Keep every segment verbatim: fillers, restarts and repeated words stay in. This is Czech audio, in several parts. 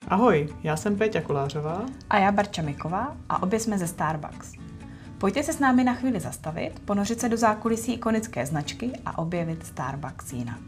Ahoj, já jsem Péťa Kolářová. A já Barča Miková a obě jsme ze Starbucks. Pojďte se s námi na chvíli zastavit, ponořit se do zákulisí ikonické značky a objevit Starbucks jinak.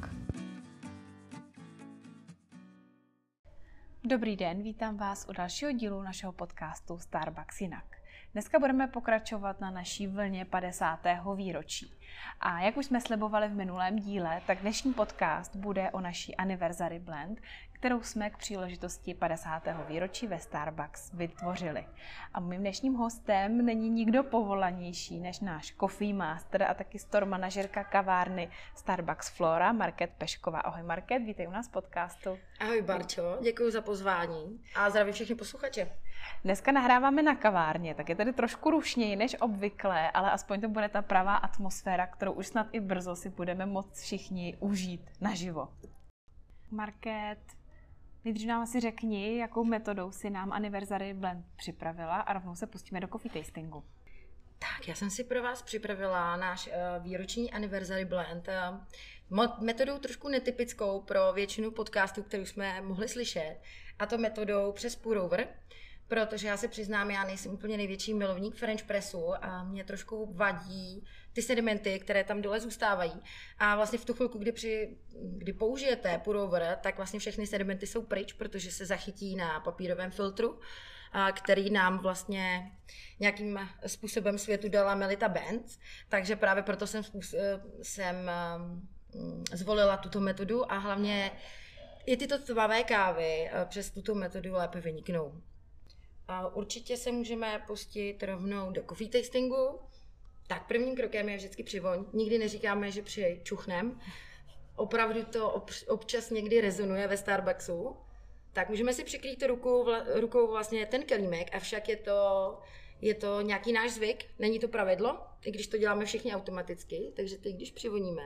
Dobrý den, vítám vás u dalšího dílu našeho podcastu Starbucks jinak. Dneska budeme pokračovat na naší vlně padesátého výročí. A jak už jsme slibovali v minulém díle, tak dnešní podcast bude o naší Anniversary Blend, kterou jsme k příležitosti padesátého výročí ve Starbucks vytvořili. A mým dnešním hostem není nikdo povolanější než náš coffee master a taky store manažerka kavárny Starbucks Flora, Market Pešková. Ahoj Market, vítej u nás v podcastu. Ahoj Barčo, děkuji za pozvání a zdravím všechny posluchače. Dneska nahráváme na kavárně, tak je tady trošku rušněji než obvykle, ale aspoň to bude ta pravá atmosféra, kterou už snad i brzo si budeme moct všichni užít naživo. Market, nejdřív nám asi řekni, jakou metodou si nám Anniversary Blend připravila a rovnou se pustíme do coffee tastingu. Tak, já jsem si pro vás připravila náš uh, výroční Anniversary Blend. Uh, metodou trošku netypickou pro většinu podcastů, kterou jsme mohli slyšet, a to metodou přes pour-over, protože já se přiznám, já nejsem úplně největší milovník French pressu a mě trošku vadí ty sedimenty, které tam dole zůstávají. A vlastně v tu chvilku, kdy, při, kdy použijete pour-over, tak vlastně všechny sedimenty jsou pryč, protože se zachytí na papírovém filtru, který nám vlastně nějakým způsobem světu dala Melita Benz. Takže právě proto jsem, jsem zvolila tuto metodu a hlavně i tyto tmavé kávy přes tuto metodu lépe vyniknou. A určitě se můžeme pustit rovnou do coffee tastingu. Tak prvním krokem je vždycky přivoň. Nikdy neříkáme, že přičuchnem. Opravdu to občas někdy rezonuje ve Starbucksu. Tak můžeme si přikrýt rukou, rukou vlastně ten kelímek, avšak je to, je to nějaký náš zvyk, není to pravidlo, i když to děláme všichni automaticky, takže teď, když přivoníme,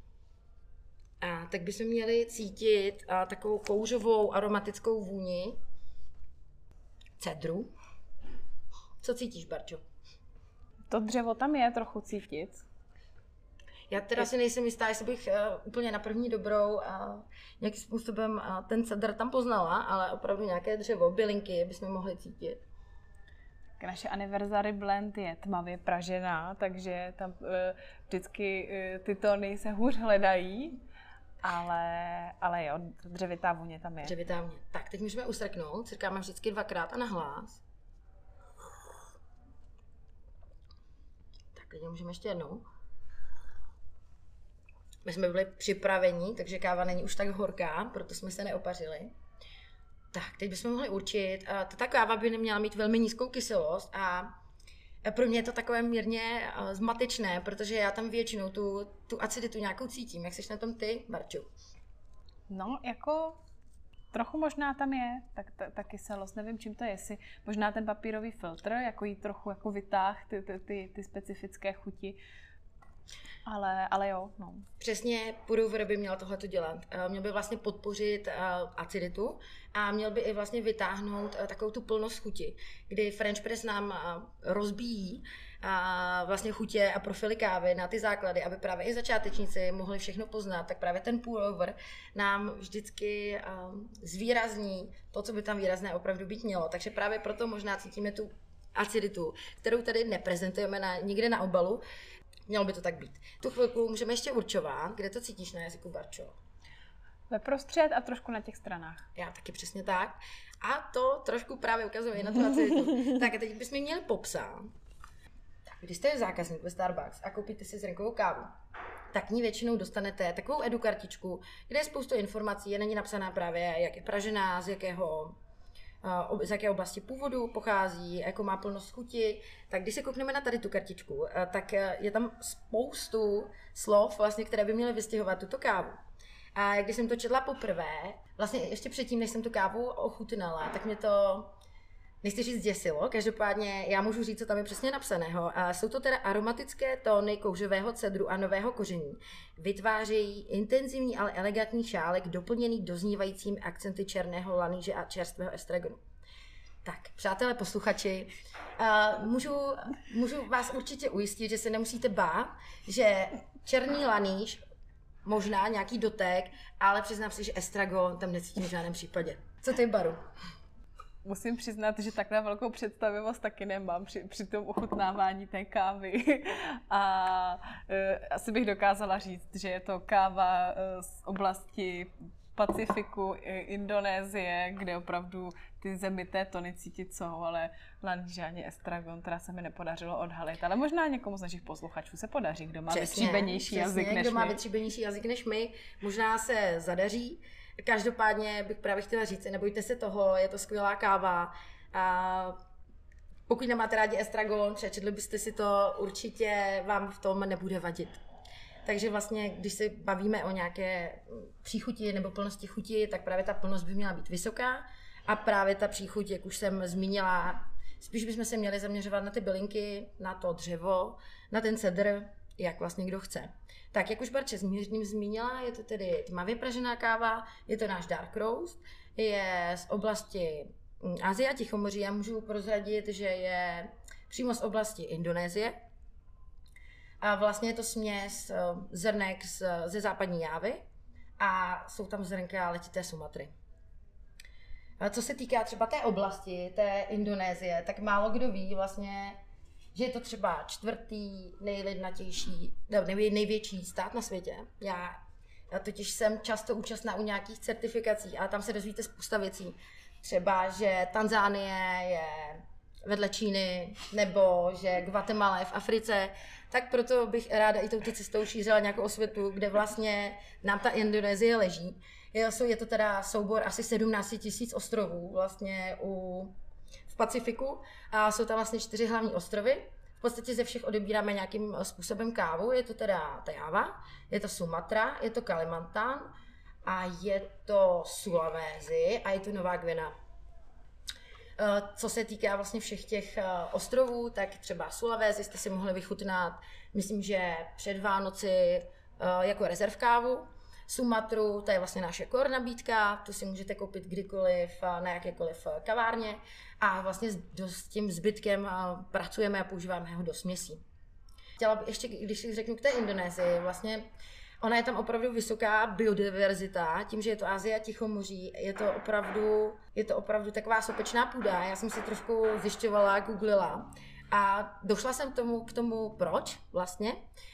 a tak bychom měli cítit a, takovou kouřovou aromatickou vůni cedru. Co cítíš, Barčo? To dřevo tam je trochu cítit. Já teda si nejsem jistá, jestli bych uh, úplně na první dobrou uh, nějakým způsobem uh, ten cedr tam poznala, ale opravdu nějaké dřevo, bylinky bychom mohli cítit. Tak naše Anniversary Blend je tmavě pražená, takže tam uh, vždycky uh, ty tóny se hůř hledají, ale, ale jo, dřevitá vůně tam je. Dřevitá vůně. Tak, teď můžeme usrknout, cirkáme vždycky dvakrát a nahlas. Tak, teď můžeme ještě jednou. My jsme byli připraveni, takže káva není už tak horká, proto jsme se neopařili. Tak, teď bychom mohli určit, ta káva by neměla mít velmi nízkou kyselost a pro mě je to takové mírně zmatečné, protože já tam většinou tu, tu aciditu nějakou cítím. Jak jsi na tom ty, Barču? No, jako trochu možná tam je, tak ta, ta kyselost, nevím čím to je, jestli možná ten papírový filtr, jako jí trochu jako vytáh ty, ty, ty, ty specifické chuti. Ale, ale jo, no. Přesně pour-over by měl tohleto dělat. Měl by vlastně podpořit aciditu a měl by i vlastně vytáhnout takovou tu plnost chuti, kdy French press nám rozbíjí vlastně chutě a profily kávy na ty základy, aby právě i začátečníci mohli všechno poznat, tak právě ten pour-over nám vždycky zvýrazní to, co by tam výrazné opravdu být mělo. Takže právě proto možná cítíme tu aciditu, kterou tady neprezentujeme na, nikde na obalu. Mělo by to tak být. Tu chvilku můžeme ještě určovat, kde to cítíš na jazyku, Barčo? Ve prostřed a trošku na těch stranách. Já taky přesně tak. A to trošku právě ukazuje na tu aciditu. Tak a teď bychom měli popsat. Tak, když jste zákazník ve Starbucks a koupíte si zrnkovou kávu, tak ní většinou dostanete takovou edukartičku, kde je spoustu informací, je na ní napsaná právě, jak je pražená, z jakého z jaké oblasti původu pochází, jako má plnost chuti. Tak když se koukneme na tady tu kartičku, tak je tam spoustu slov, vlastně, které by měly vystihovat tuto kávu. A když jsem to četla poprvé, vlastně ještě předtím, než jsem tu kávu ochutnala, tak mě to, nechci říct zděsilo, každopádně já můžu říct, co tam je přesně napsaného. A jsou to teda aromatické tóny kouřového cedru a nového koření. Vytvářejí intenzivní, ale elegantní šálek, doplněný doznívajícím akcenty černého laníže a čerstvého estragonu. Tak, přátelé posluchači, uh, můžu, můžu vás určitě ujistit, že se nemusíte bát, že černý laníž možná nějaký dotek, ale přiznám si, že estragon tam necítím v žádném případě. Co ty, Baru? Musím přiznat, že takhle velkou představivost taky nemám při, při tom ochutnávání té kávy. A e, asi bych dokázala říct, že je to káva e, z oblasti Pacifiku, Indonésie, kde opravdu ty zemité tony cítit jsou, ale hlavně žádný estragon, která se mi nepodařilo odhalit. Ale možná někomu z našich posluchačů se podaří, kdo má vytříbenější jazyk než kdo má my. vytříbenější jazyk než my, možná se zadaří. Každopádně bych právě chtěla říct, nebojte se toho, je to skvělá káva. A pokud nemáte rádi estragon, přečetli byste si to, určitě vám v tom nebude vadit. Takže vlastně, když se bavíme o nějaké příchuti nebo plnosti chuti, tak právě ta plnost by měla být vysoká a právě ta příchuť, jak už jsem zmínila, spíš bychom se měli zaměřovat na ty bylinky, na to dřevo, na ten cedr, jak vlastně kdo chce. Tak, jak už Barče zmínila, je to tedy tmavě pražená káva, je to náš dark roast, je z oblasti Asie a Tichomoří. Já můžu prozradit, že je přímo z oblasti Indonésie. A vlastně je to směs zrnek ze západní Jávy a jsou tam zrnka letité Sumatry. A co se týká třeba té oblasti, té Indonésie, tak málo kdo ví vlastně, že je to třeba čtvrtý nejlidnatější, nej, největší stát na světě. Já, já totiž jsem často účastná u nějakých certifikací a tam se dozvíte spousta věcí. Třeba, že Tanzánie je vedle Číny, nebo že Guatemala je v Africe, tak proto bych ráda i touto cestou šířila nějakou osvětu, kde vlastně nám ta Indonésie leží. Je, je to teda soubor asi sedmnáct tisíc ostrovů vlastně u, v Pacifiku a jsou tam vlastně čtyři hlavní ostrovy. V podstatě ze všech odebíráme nějakým způsobem kávu. Je to teda ta Java, je to Sumatra, je to Kalimantan a je to Sulawesi a je to Nová Gvina. Co se týká vlastně všech těch ostrovů, tak třeba Sulawesi jste si mohli vychutnat, myslím, že před Vánoci jako rezerv kávu. Sumatru, to je vlastně naše core nabídka, tu si můžete koupit kdykoliv na jakékoliv kavárně a vlastně s tím zbytkem pracujeme a používáme ho do směsí. Chtěla bych ještě, když si řeknu k té Indonésii, vlastně ona je tam opravdu vysoká biodiverzita, tím, že je to Asie a Tichomoří, je to opravdu, je to opravdu taková sopečná půda. Já jsem si trošku zjišťovala, googlila a došla jsem k tomu, k tomu proč vlastně.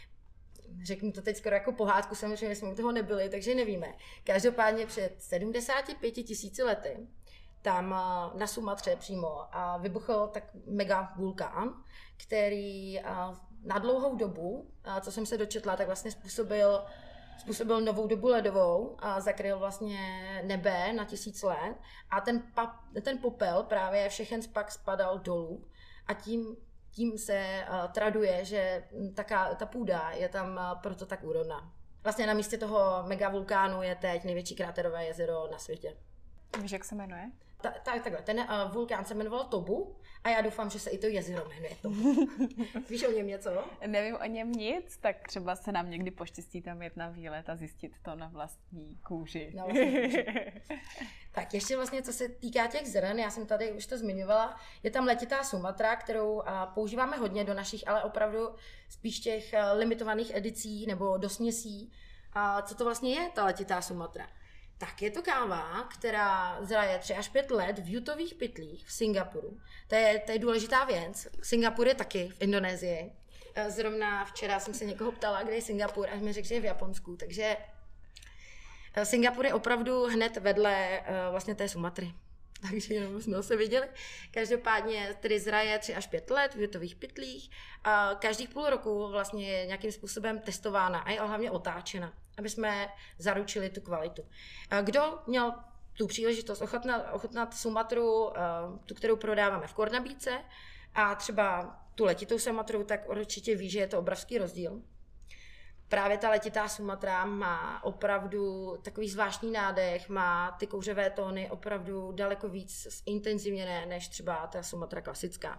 Řeknu to teď skoro jako pohádku, samozřejmě jsme u toho nebyli, takže nevíme. Každopádně před sedmdesáti pěti tisíci lety tam na Sumatře přímo vybuchl tak mega vulkán, který na dlouhou dobu, co jsem se dočetla, tak vlastně způsobil, způsobil novou dobu ledovou a zakryl vlastně nebe na tisíc let a ten, pa, ten popel právě všechen pak spadal dolů a tím Tím se uh, traduje, že taká, ta půda je tam uh, proto tak úrodná. Vlastně na místě toho megavulkánu je teď největší kráterové jezero na světě. Víš, jak se jmenuje? Ta, ta, takhle, ten uh, vulkán se jmenoval Tobu a já doufám, že se i to jezero jmenuje Tobu. Víš o něm něco? Nevím o něm nic, tak třeba se nám někdy poštěstí tam jet na výlet a zjistit to na vlastní kůži. Na vlastní kůži. Tak ještě vlastně, co se týká těch zrn, já jsem tady už to zmiňovala, je tam letitá Sumatra, kterou používáme hodně do našich, ale opravdu spíš těch limitovaných edicí nebo do směsí. A co to vlastně je, ta letitá Sumatra? Tak je to káva, která zraje tři až pět let v jutových pytlích v Singapuru. To je, to je důležitá věc. Singapur je taky v Indonésii. Zrovna včera jsem se někoho ptala, kde je Singapur, a mi řekl, že je v Japonsku. Takže Singapur je opravdu hned vedle vlastně té Sumatry. Takže jenom jsme se viděli. Každopádně tedy zraje tři až pět let v jutových pytlích. Každých půl roku vlastně je nějakým způsobem testována a je hlavně otáčena, aby jsme zaručili tu kvalitu. Kdo měl tu příležitost ochutnat, ochutnat Sumatru, tu, kterou prodáváme v core nabídce, a třeba tu letitou Sumatru, tak určitě ví, že je to obrovský rozdíl. Právě ta letitá Sumatra má opravdu takový zvláštní nádech, má ty kouřové tóny opravdu daleko víc zintenzivněné než třeba ta Sumatra klasická.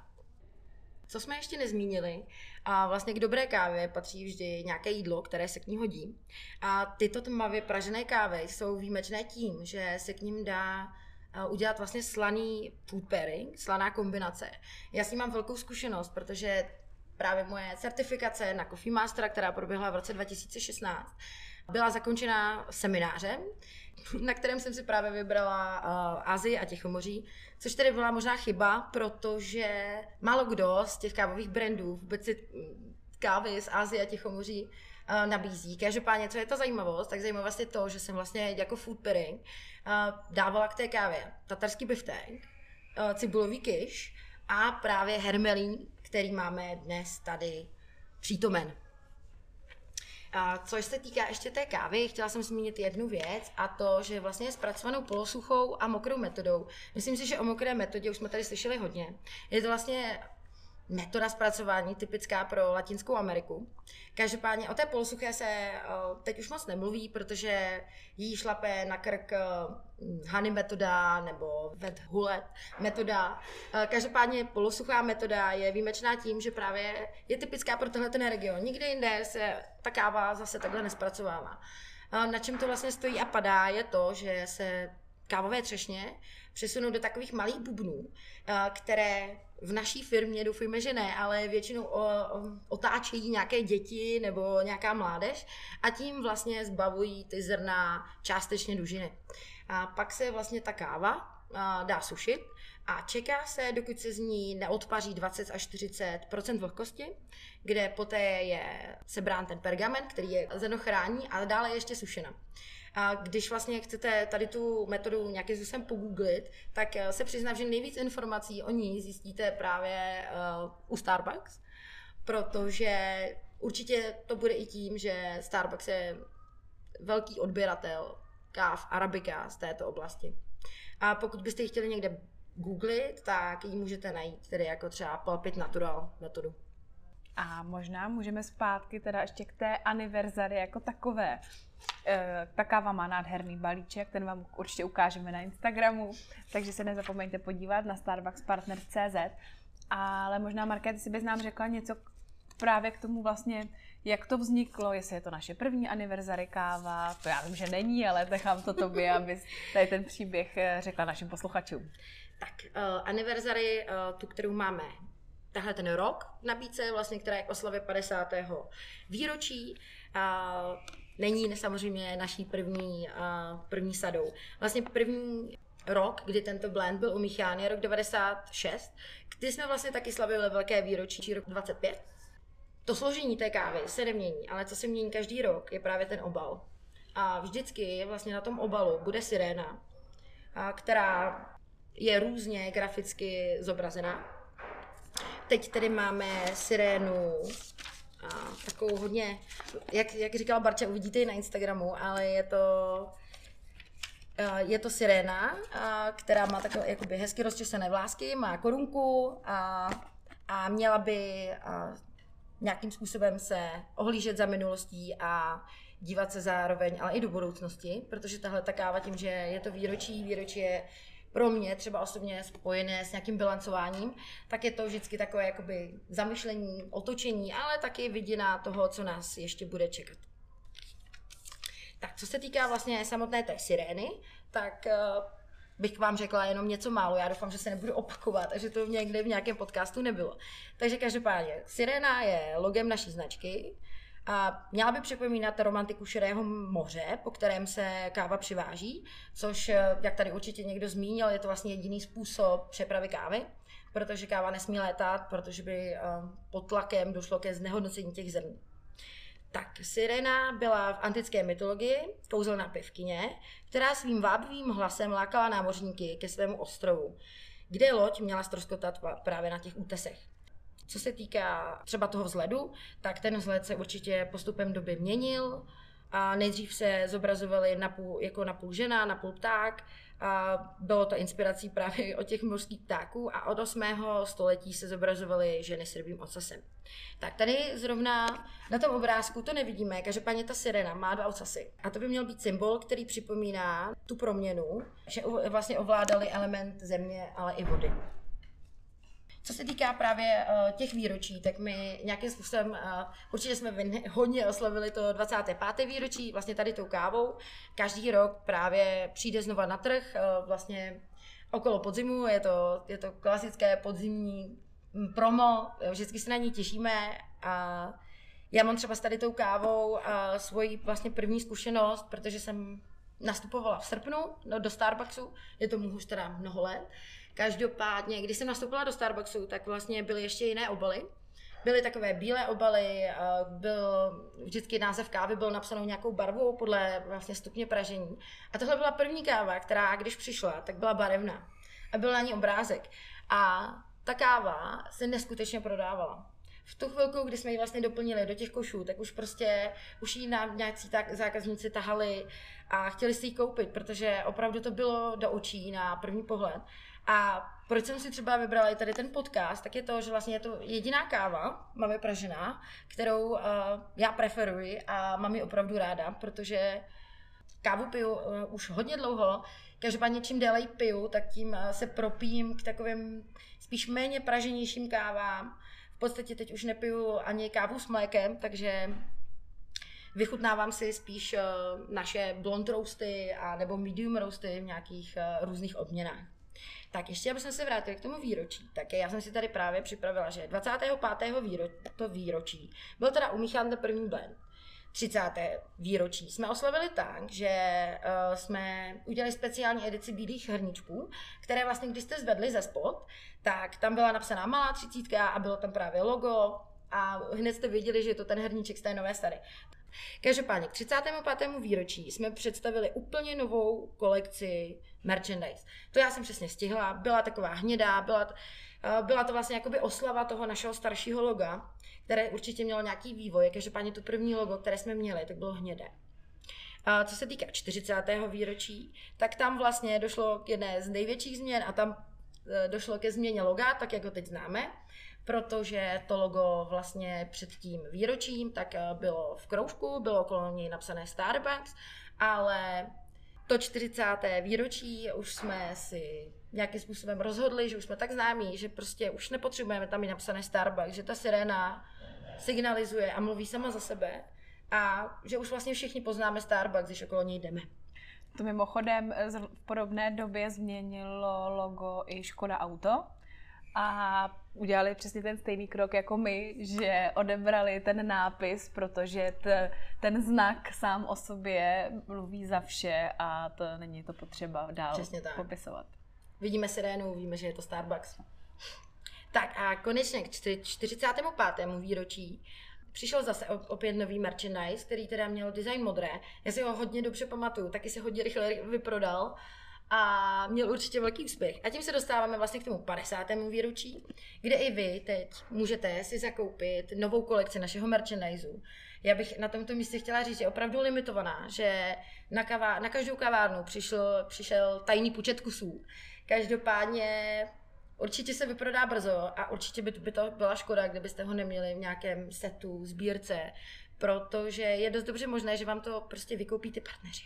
Co jsme ještě nezmínili, a vlastně k dobré kávě patří vždy nějaké jídlo, které se k ní hodí. A tyto tmavě pražené kávy jsou výjimečné tím, že se k ním dá udělat vlastně slaný food pairing, slaná kombinace. Já s tím mám velkou zkušenost, protože právě moje certifikace na Coffee Mastera, která proběhla v roce dva tisíce šestnáct, byla zakončena seminářem, na kterém jsem si právě vybrala uh, Asii a Tichomoří, což tedy byla možná chyba, protože málo kdo z těch kávových brandů vůbec si kávy z Asie a Tichomoří uh, nabízí. Každopádně, co je ta zajímavost, tak zajímavost je to, že jsem vlastně jako food pairing uh, dávala k té kávě tatarský biftek, uh, cibulový kyš a právě hermelín, který máme dnes tady přítomen. A což se týká ještě té kávy, chtěla jsem zmínit jednu věc a to, že vlastně je zpracovanou polosuchou a mokrou metodou. Myslím si, že o mokré metodě už jsme tady slyšeli hodně. Je to vlastně metoda zpracování typická pro Latinskou Ameriku. Každopádně o té polosuché se teď už moc nemluví, protože jí šlape na krk honey metoda nebo wet hullet metoda. Každopádně polosuchá metoda je výjimečná tím, že právě je typická pro tenhle ten region. Nikde jinde se ta káva zase takhle nespracovává. Na čem to vlastně stojí a padá je to, že se kávové třešně přesunou do takových malých bubnů, které v naší firmě, doufujeme, že ne, ale většinou otáčejí nějaké děti nebo nějaká mládež a tím vlastně zbavují ty zrna částečně dužiny. A pak se vlastně ta káva dá sušit a čeká se, dokud se z ní neodpaří dvacet až čtyřicet procent vlhkosti, kde poté je sebrán ten pergament, který je zrno chrání a dále je ještě sušena. A když vlastně chcete tady tu metodu nějakým způsobem pogooglit, tak se přiznám, že nejvíc informací o ní zjistíte právě uh, u Starbucks, protože určitě to bude i tím, že Starbucks je velký odběratel káv Arabica z této oblasti. A pokud byste ji chtěli někde googlit, tak ji můžete najít, tedy jako třeba Pulpit Natural metodu. A možná můžeme zpátky teda ještě k té aniverzary jako takové. E, ta káva má nádherný balíček, ten vám určitě ukážeme na Instagramu, takže se nezapomeňte podívat na starbucks partners tečka cé zet. Ale možná, Markéta, si bys nám řekla něco právě k tomu vlastně, jak to vzniklo, jestli je to naše první aniverzary káva, to já vím, že není, ale nechám to tobě, abys tady ten příběh řekla našim posluchačům. Tak, uh, aniverzary, uh, tu, kterou máme tahle ten rok v nabídce, vlastně, která je k oslavě padesátého výročí. Uh, není samozřejmě naší první, uh, první sadou. Vlastně první rok, kdy tento blend byl umíchán, je rok devadesát šest, kdy jsme vlastně taky slavili velké výročí, rok dvacet pět. To složení té kávy se nemění, ale co se mění každý rok, je právě ten obal. A vždycky vlastně na tom obalu bude siréna, a která je různě graficky zobrazená. Teď tedy máme sirénu, a takovou hodně, jak, jak říkala Barča, uvidíte ji na Instagramu, ale je to, je to siréna, která má takové jakoby hezky rozčesené vlásky, má korunku a, a měla by a, nějakým způsobem se ohlížet za minulostí a dívat se zároveň, ale i do budoucnosti, protože tahle ta káva tím, že je to výročí, výročí je pro mě třeba osobně spojené s nějakým bilancováním, tak je to vždycky takové jakoby zamyšlení, otočení, ale taky vidina toho, co nás ještě bude čekat. Tak co se týká vlastně samotné té sirény, tak uh, bych vám řekla jenom něco málo. Já doufám, že se nebudu opakovat a že to někde v nějakém podcastu nebylo. Takže každopádně, siréna je logem naší značky a měla by připomínat romantiku širého moře, po kterém se káva přiváží, což, jak tady určitě někdo zmínil, je to vlastně jediný způsob přepravy kávy, protože káva nesmí létat, protože by pod tlakem došlo ke znehodnocení těch zrn. Tak, Sirena byla v antické mytologii kouzelná pěvkyně, která svým vábivým hlasem lákala námořníky ke svému ostrovu, kde loď měla ztroskotat právě na těch útesech. Co se týká třeba toho vzhledu, tak ten vzhled se určitě postupem doby měnil. A nejdřív se zobrazovali napůl, jako napůl žena, napůl pták. A bylo to inspirací právě od těch mořských ptáků a od osmého století se zobrazovaly ženy s rybím ocasem. Tak tady zrovna na tom obrázku to nevidíme, každopádně ta sirena má dva ocasy. A to by měl být symbol, který připomíná tu proměnu, že vlastně ovládali element země, ale i vody. Co se týká právě uh, těch výročí, tak my nějakým způsobem, uh, určitě jsme hodně oslavili to dvacáté páté výročí, vlastně tady tou kávou. Každý rok právě přijde znova na trh, uh, vlastně okolo podzimu, je to, je to klasické podzimní promo, vždycky se na ní těšíme a já mám třeba s tady tou kávou uh, svoji vlastně první zkušenost, protože jsem nastupovala v srpnu no, do Starbucksu, je tomu už teda mnoho let. Každopádně, když jsem nastoupila do Starbucksu, tak vlastně byly ještě jiné obaly. Byly takové bílé obaly, byl vždycky název kávy byl napsanou nějakou barvou podle vlastně stupně pražení. A tohle byla první káva, která když přišla, tak byla barevná. A byl na ní obrázek. A ta káva se neskutečně prodávala. V tu chvilku, kdy jsme ji vlastně doplnili do těch košů, tak už prostě, už ji nám nějací tak zákazníci tahali a chtěli si ji koupit, protože opravdu to bylo do očí na první pohled. A proč jsem si třeba vybrala i tady ten podcast, tak je to, že vlastně je to jediná káva, máme pražená, kterou uh, já preferuji a mám ji opravdu ráda, protože kávu piju uh, už hodně dlouho, každopádně čím déle ji piju, tak tím uh, se propím k takovým spíš méně praženějším kávám. V podstatě teď už nepiju ani kávu s mlékem, takže vychutnávám si spíš uh, naše blond roasty a nebo medium roasty v nějakých uh, různých obměnách. Tak ještě, abychom se vrátili k tomu výročí, tak já jsem si tady právě připravila, že dvacátého pátého Výro, to výročí byl teda umíchán ten první blend. třicátého výročí jsme oslavili tak, že uh, jsme udělali speciální edici bílých hrníčků, které vlastně, když jste zvedli ze spod, tak tam byla napsaná malá třicítka a bylo tam právě logo a hned jste věděli, že je to ten hrníček z té nové staré. Každopádně k třicátému pátému výročí jsme představili úplně novou kolekci merchandise. To já jsem přesně stihla, byla taková hnědá, byla, byla to vlastně jakoby oslava toho našeho staršího loga, které určitě mělo nějaký vývoj. Každopádně to první logo, které jsme měli, tak bylo hnědé. A co se týká čtyřicátého výročí, tak tam vlastně došlo k jedné z největších změn a tam došlo ke změně loga, tak jak ho teď známe, protože to logo vlastně před tím výročím tak bylo v kroužku, bylo okolo něj napsané Starbucks, ale to čtyřicáté výročí už jsme si nějakým způsobem rozhodli, že už jsme tak známí, že prostě už nepotřebujeme tam i napsané Starbucks, že ta siréna signalizuje a mluví sama za sebe a že už vlastně všichni poznáme Starbucks, když okolo něj jdeme. To mimochodem v podobné době změnilo logo i Škoda Auto a udělali přesně ten stejný krok jako my, že odebrali ten nápis, protože t, ten znak sám o sobě mluví za vše a to není to potřeba dál popisovat. Vidíme sirénu, víme, že je to Starbucks. Tak a konečně k čtyřicátému pátému výročí přišel zase opět nový merchandise, který teda měl design modré. Já si ho hodně dobře pamatuju, taky se hodně rychle vyprodal a měl určitě velký úspěch. A tím se dostáváme vlastně k tomu padesátému výročí, kde i vy teď můžete si zakoupit novou kolekci našeho merchandiseu. Já bych na tomto místě chtěla říct, že je opravdu limitovaná, že na, kavá, na každou kavárnu přišel, přišel tajný počet kusů. Každopádně určitě se vyprodá brzo a určitě by, by to byla škoda, kdybyste ho neměli v nějakém setu, sbírce, protože je dost dobře možné, že vám to prostě vykoupí ty partneři.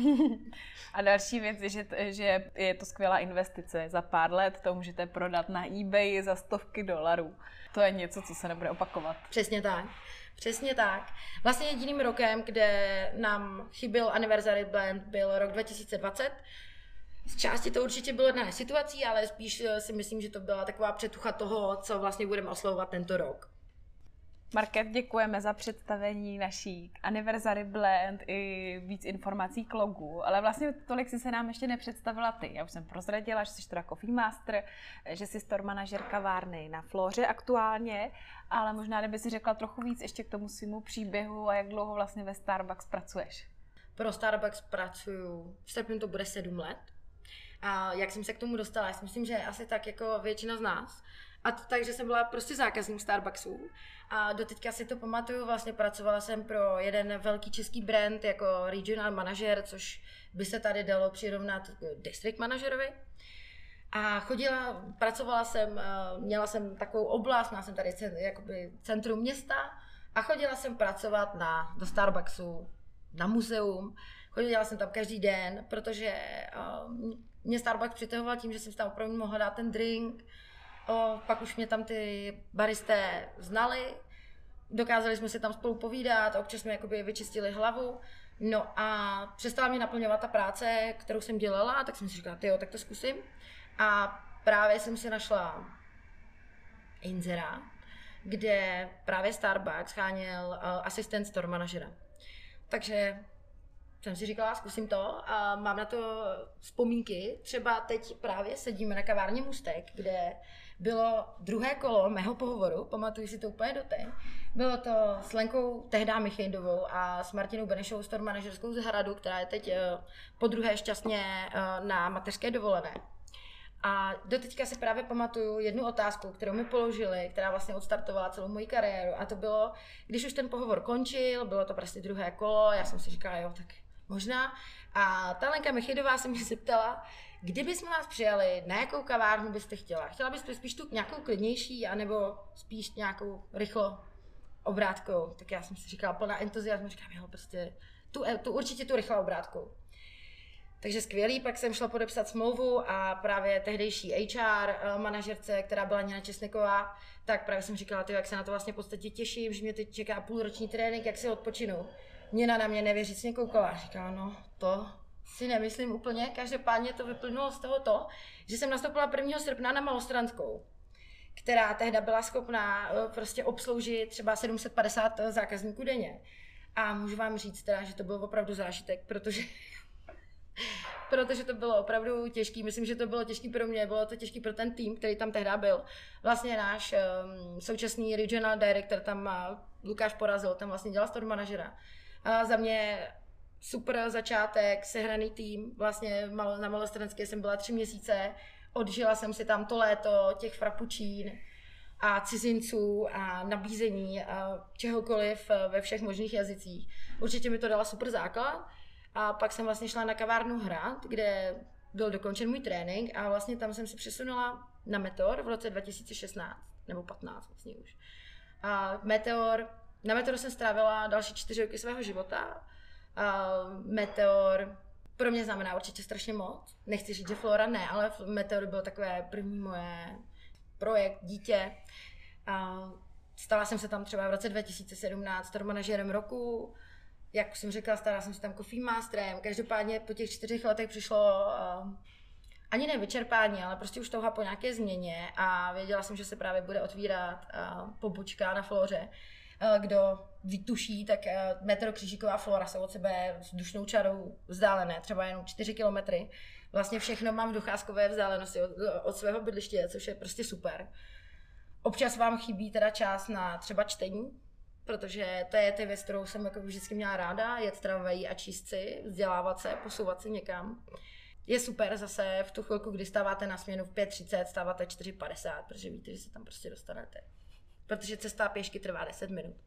A další věc je, že, že je to skvělá investice. Za pár let to můžete prodat na eBay za stovky dolarů. To je něco, co se nebude opakovat. Přesně tak. Přesně tak. Vlastně jediným rokem, kde nám chyběl Anniversary Blend, byl rok dva tisíce dvacet. Z části to určitě bylo dané situací, ale spíš si myslím, že to byla taková předtucha toho, co vlastně budeme oslavovat tento rok. Market, děkujeme za představení naší Anniversary Blend i víc informací k logu, ale vlastně tolik si se nám ještě nepředstavila ty. Já už jsem prozradila, že jsi teda Coffee Master, že jsi store manažer kavárny na Flóře aktuálně, ale možná kdyby si řekla trochu víc ještě k tomu svému příběhu a jak dlouho vlastně ve Starbucks pracuješ. Pro Starbucks pracuju, v srpnu to bude sedm let. A jak jsem se k tomu dostala, já si myslím, že asi tak jako většina z nás. A to tak, že jsem byla prostě zákazník Starbucksu. A doteďka si to pamatuju, vlastně pracovala jsem pro jeden velký český brand jako regional manažer, což by se tady dalo přirovnat k district manažerovi. A chodila, pracovala jsem, měla jsem takovou oblast, měla jsem tady jakoby centrum města a chodila jsem pracovat na, do Starbucksu, na muzeum. Chodila jsem tam každý den, protože mě Starbucks přitahoval tím, že jsem tam opravdu mohla dát ten drink. O, pak už mě tam ty baristé znali, dokázali jsme si tam spolu povídat, občas jsme jakoby vyčistili hlavu. No a přestala mě naplňovat ta práce, kterou jsem dělala, tak jsem si říkala, tyjo, tak to zkusím. A právě jsem si našla inzerát kde právě Starbucks scháněl uh, asistent store manažera. Takže jsem si říkala, zkusím to a mám na to vzpomínky. Třeba teď právě sedíme na kavárně Můstek, kde bylo druhé kolo mého pohovoru, pamatuju si to úplně doteď. Bylo to s Lenkou Tehdá Michejdovou a s Martinou Benešovou, store manažerskou z Hradu, která je teď po druhé šťastně na mateřské dovolené. A doteďka si právě pamatuju jednu otázku, kterou mi položili, která vlastně odstartovala celou moji kariéru. A to bylo, když už ten pohovor končil, bylo to prostě druhé kolo, já jsem si říkala, jo, tak možná. A ta Lenka Michejdová se mě zeptala, kdybychom vás přijali, na jakou kavárnu byste chtěla? Chtěla byste spíš tu nějakou klidnější, anebo spíš nějakou rychlo obrátkou? Tak já jsem si říkala plná entuziasmu, říkám, jo, prostě tu, tu určitě tu rychlou obrátkou. Takže skvělý, pak jsem šla podepsat smlouvu a právě tehdejší H R manažerce, která byla Nina Česneková, tak právě jsem říkala, tyjo, jak se na to vlastně v podstatě těším, že mě teď čeká půlroční trénink, jak si odpočinu. Nina na mě nevěřícně koukala, říkala, no to si nemyslím úplně, každopádně to vyplynulo z toho to, že jsem nastoupila prvního srpna na Malostranskou, která tehda byla schopná prostě obsloužit třeba sedm set padesát zákazníků denně. A můžu vám říct teda, že to byl opravdu zážitek, protože protože to bylo opravdu těžký. Myslím, že to bylo těžký pro mě, bylo to těžký pro ten tým, který tam tehdy byl. Vlastně náš um, současný regional director, tam uh, Lukáš Porazil, tam vlastně dělal store manažera. A za mě super začátek, sehraný tým. Vlastně na Malostranské jsem byla tři měsíce, odžila jsem si tam to léto těch frapučín a cizinců a nabízení a čehokoliv ve všech možných jazycích. Určitě mi to dala super základ. A pak jsem vlastně šla na kavárnu Hrad, kde byl dokončen můj trénink a vlastně tam jsem se přesunula na Meteor v roce dva tisíce šestnáct, nebo patnáct vlastně už. A Meteor, na Meteor jsem strávila další čtyři roky svého života. A Meteor pro mě znamená určitě strašně moc. Nechci říct, že Flora ne, ale Meteor byl takové první moje projekt, dítě. A stala jsem se tam třeba v roce dva tisíce sedmnáct store manažerem roku. Jak jsem řekla, stala jsem se tam coffee masterem. Každopádně po těch čtyřech letech přišlo uh, ani ne vyčerpání, ale prostě už touha po nějaké změně a věděla jsem, že se právě bude otvírat uh, pobočka na Floře. Uh, kdo vytuší, tak uh, Metro Křížíková Flora jsou od sebe vzdušnou čarou vzdálené, třeba jenom čtyři kilometry. Vlastně všechno mám v docházkové vzdálenosti od, od svého bydliště, což je prostě super. Občas vám chybí teda čas na třeba čtení, protože to je ty věc, kterou jsem jako vždycky měla ráda, jet tramvají a číst si, vzdělávat se, posouvat se někam. Je super zase v tu chvilku, kdy stáváte na směnu v pět třicet, stáváte čtyři padesát, protože víte, že se tam prostě dostanete. Protože cesta pěšky trvá deset minut.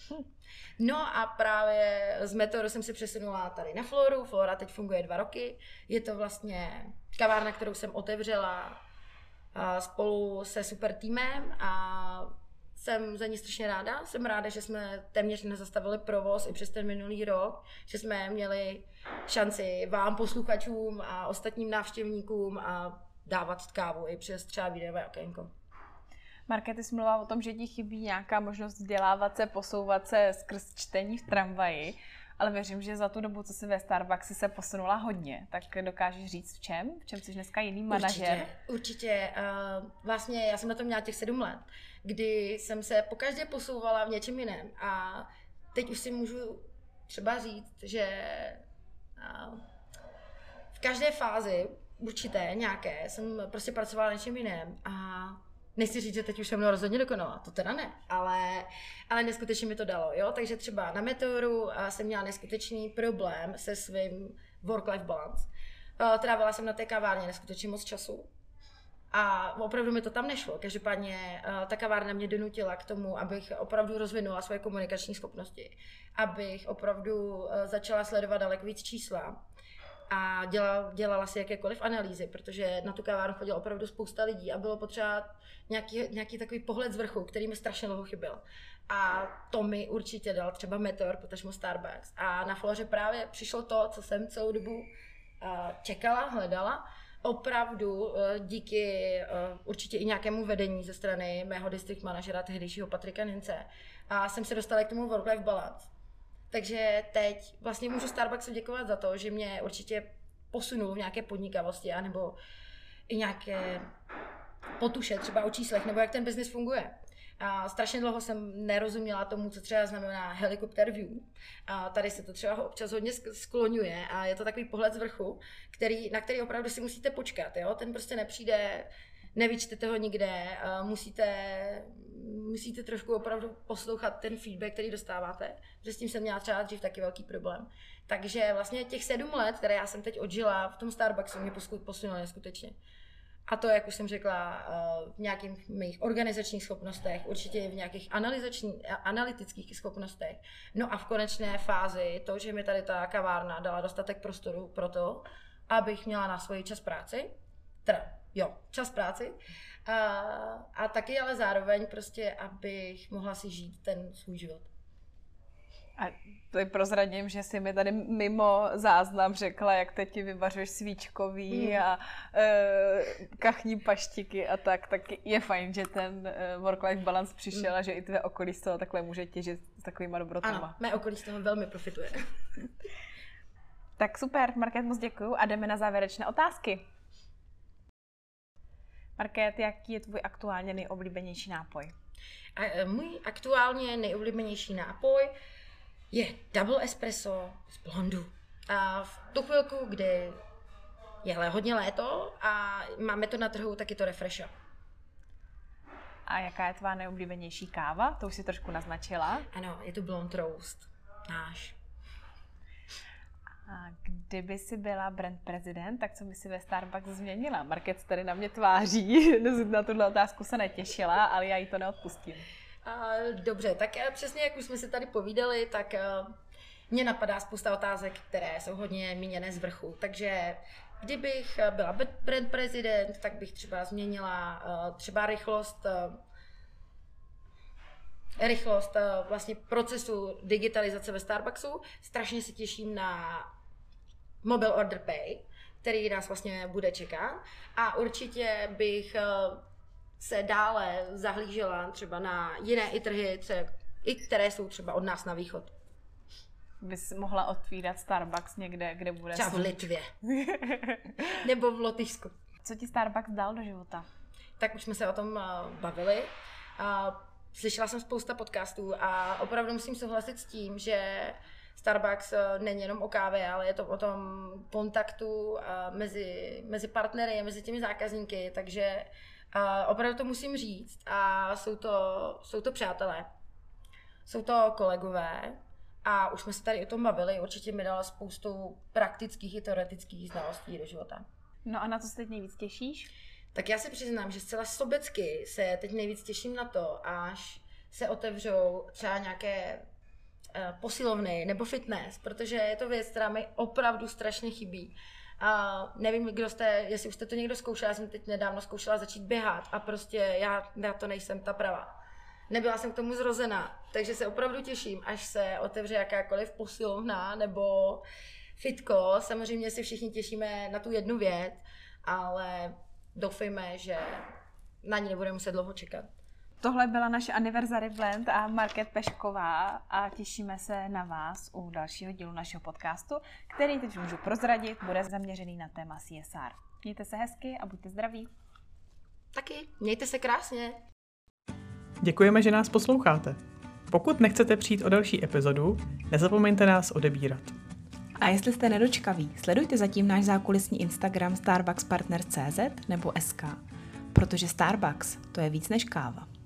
No a právě z Meteoru jsem se přesunula tady na Floru. Flora teď funguje dva roky. Je to vlastně kavárna, kterou jsem otevřela spolu se super týmem a jsem za ní strašně ráda. Jsem ráda, že jsme téměř nezastavili provoz i přes ten minulý rok, že jsme měli šanci vám, posluchačům a ostatním návštěvníkům a dávat kávu i přes třeba videové okénko. Marké, ty jsi mluvila o tom, že ti chybí nějaká možnost vzdělávat se, posouvat se skrz čtení v tramvaji, ale věřím, že za tu dobu, co jsi ve Starbucksi se posunula hodně, tak dokážeš říct v čem? V čem jsi dneska jiný manažer? Určitě, určitě. Uh, vlastně já jsem na tom měla těch sedm let, kdy jsem se pokaždé posouvala v něčem jiném a teď už si můžu třeba říct, že uh, v každé fázi určité nějaké jsem prostě pracovala na něčem jiném a nechci říct, že teď už jsem mnou rozhodně dokonala, to teda ne, ale, ale neskutečně mi to dalo, jo, takže třeba na Meteoru jsem měla neskutečný problém se svým work-life balance. Trávila jsem na té kavárně neskutečně moc času a opravdu mi to tam nešlo, každopádně ta kavárna mě donutila k tomu, abych opravdu rozvinula svoje komunikační schopnosti, abych opravdu začala sledovat daleko víc čísla a dělala, dělala si jakékoliv analýzy, protože na tu kavárnu chodilo opravdu spousta lidí a bylo potřeba nějaký, nějaký takový pohled z vrchu, který mi strašně dlouho chyběl. A to mi určitě dal třeba Meteor, potažmo Starbucks. A na Floře právě přišlo to, co jsem celou dobu uh, čekala, hledala. Opravdu uh, díky uh, určitě i nějakému vedení ze strany mého district manažera, tehdejšího Patrika Nince. A jsem se dostala k tomu work-life balance. Takže teď vlastně můžu Starbucksu děkovat za to, že mě určitě posunul v nějaké podnikavosti anebo i nějaké potuše třeba o číslech, nebo jak ten biznis funguje. A strašně dlouho jsem nerozuměla tomu, co třeba znamená helikopter view. A tady se to třeba občas hodně skloňuje a je to takový pohled z vrchu, který, na který opravdu si musíte počkat. Jo? Ten prostě nepřijde, nevyčtete ho nikde, musíte, musíte trošku opravdu poslouchat ten feedback, který dostáváte, protože s tím jsem měla třeba dřív taky velký problém. Takže vlastně těch sedm let, které já jsem teď odžila v tom Starbucksu, mě posunulo neskutečně. A to, jak už jsem řekla, v nějakých mých organizačních schopnostech, určitě v nějakých analytických schopnostech. No a v konečné fázi to, že mi tady ta kavárna dala dostatek prostoru pro to, abych měla na svůj čas práci, teda jo, čas práci, a, a taky ale zároveň prostě, abych mohla si žít ten svůj život. A to prozradím, že jsi mi tady mimo záznam řekla, jak teď ti vyvařuješ svíčkový mm. a e, kachní paštiky a tak, tak je fajn, že ten work-life balance přišel mm. a že i tvé okolí z toho takhle může těžit s takovýma dobrotama. Ano, mé okolí z toho velmi profituje. Tak super, Markéto, moc děkuju a jdeme na závěrečné otázky. Markéto, jaký je tvůj aktuálně nejoblíbenější nápoj? A, můj aktuálně nejoblíbenější nápoj je double espresso z blondu. A v tu chvilku, kdy je hodně léto a máme to na trhu, tak je to refresher. A jaká je tvá nejoblíbenější káva? To už si trošku naznačila. Ano, je to blond roast. Náš. A kdyby si byla brand prezident, tak co by si ve Starbucks změnila? Markéta tady na mě tváří, na tuhle otázku se netěšila, ale já jí to neodpustím. Uh, dobře, tak přesně jak už jsme si tady povídali, tak uh, mě napadá spousta otázek, které jsou hodně míněné z vrchu. Takže kdybych byla brand prezident, tak bych třeba změnila uh, třeba rychlost uh, rychlost uh, vlastně procesu digitalizace ve Starbucksu. Strašně se těším na Mobile Order Pay, který nás vlastně bude čekat. A určitě bych uh, se dále zahlížela třeba na jiné i trhy, i které jsou třeba od nás na východ. Bys mohla otvírat Starbucks někde, kde bude... Třeba v Litvě. Nebo v Lotyšsku. Co ti Starbucks dal do života? Tak už jsme se o tom bavili. Slyšela jsem spousta podcastů a opravdu musím souhlasit s tím, že Starbucks není jenom o kávě, ale je to o tom kontaktu mezi, mezi partnery, mezi těmi zákazníky, takže Uh, opravdu to musím říct a jsou to, jsou to přátelé, jsou to kolegové a už jsme se tady o tom bavili, určitě mi dala spoustu praktických i teoretických znalostí do života. No a na co se teď nejvíc těšíš? Tak já si přiznám, že zcela sobecky se teď nejvíc těším na to, až se otevřou třeba nějaké uh, posilovny nebo fitness, protože je to věc, která mi opravdu strašně chybí. A nevím, kdo jste, jestli už jste to někdo zkoušel, já jsem teď nedávno zkoušela začít běhat a prostě já, já to nejsem ta pravá. Nebyla jsem k tomu zrozená, takže se opravdu těším, až se otevře jakákoliv posilovna nebo fitko. Samozřejmě si všichni těšíme na tu jednu věc, ale doufejme, že na ní nebudeme muset dlouho čekat. Tohle byla naše Anniversary Blend a Markéta Pešková a těšíme se na vás u dalšího dílu našeho podcastu, který teď můžu prozradit, bude zaměřený na téma C S R. Mějte se hezky a buďte zdraví. Taky, mějte se krásně. Děkujeme, že nás posloucháte. Pokud nechcete přijít o další epizodu, nezapomeňte nás odebírat. A jestli jste nedočkaví, sledujte zatím náš zákulisní Instagram Starbucks Partner tečka cé zet nebo es ká, protože Starbucks to je víc než káva.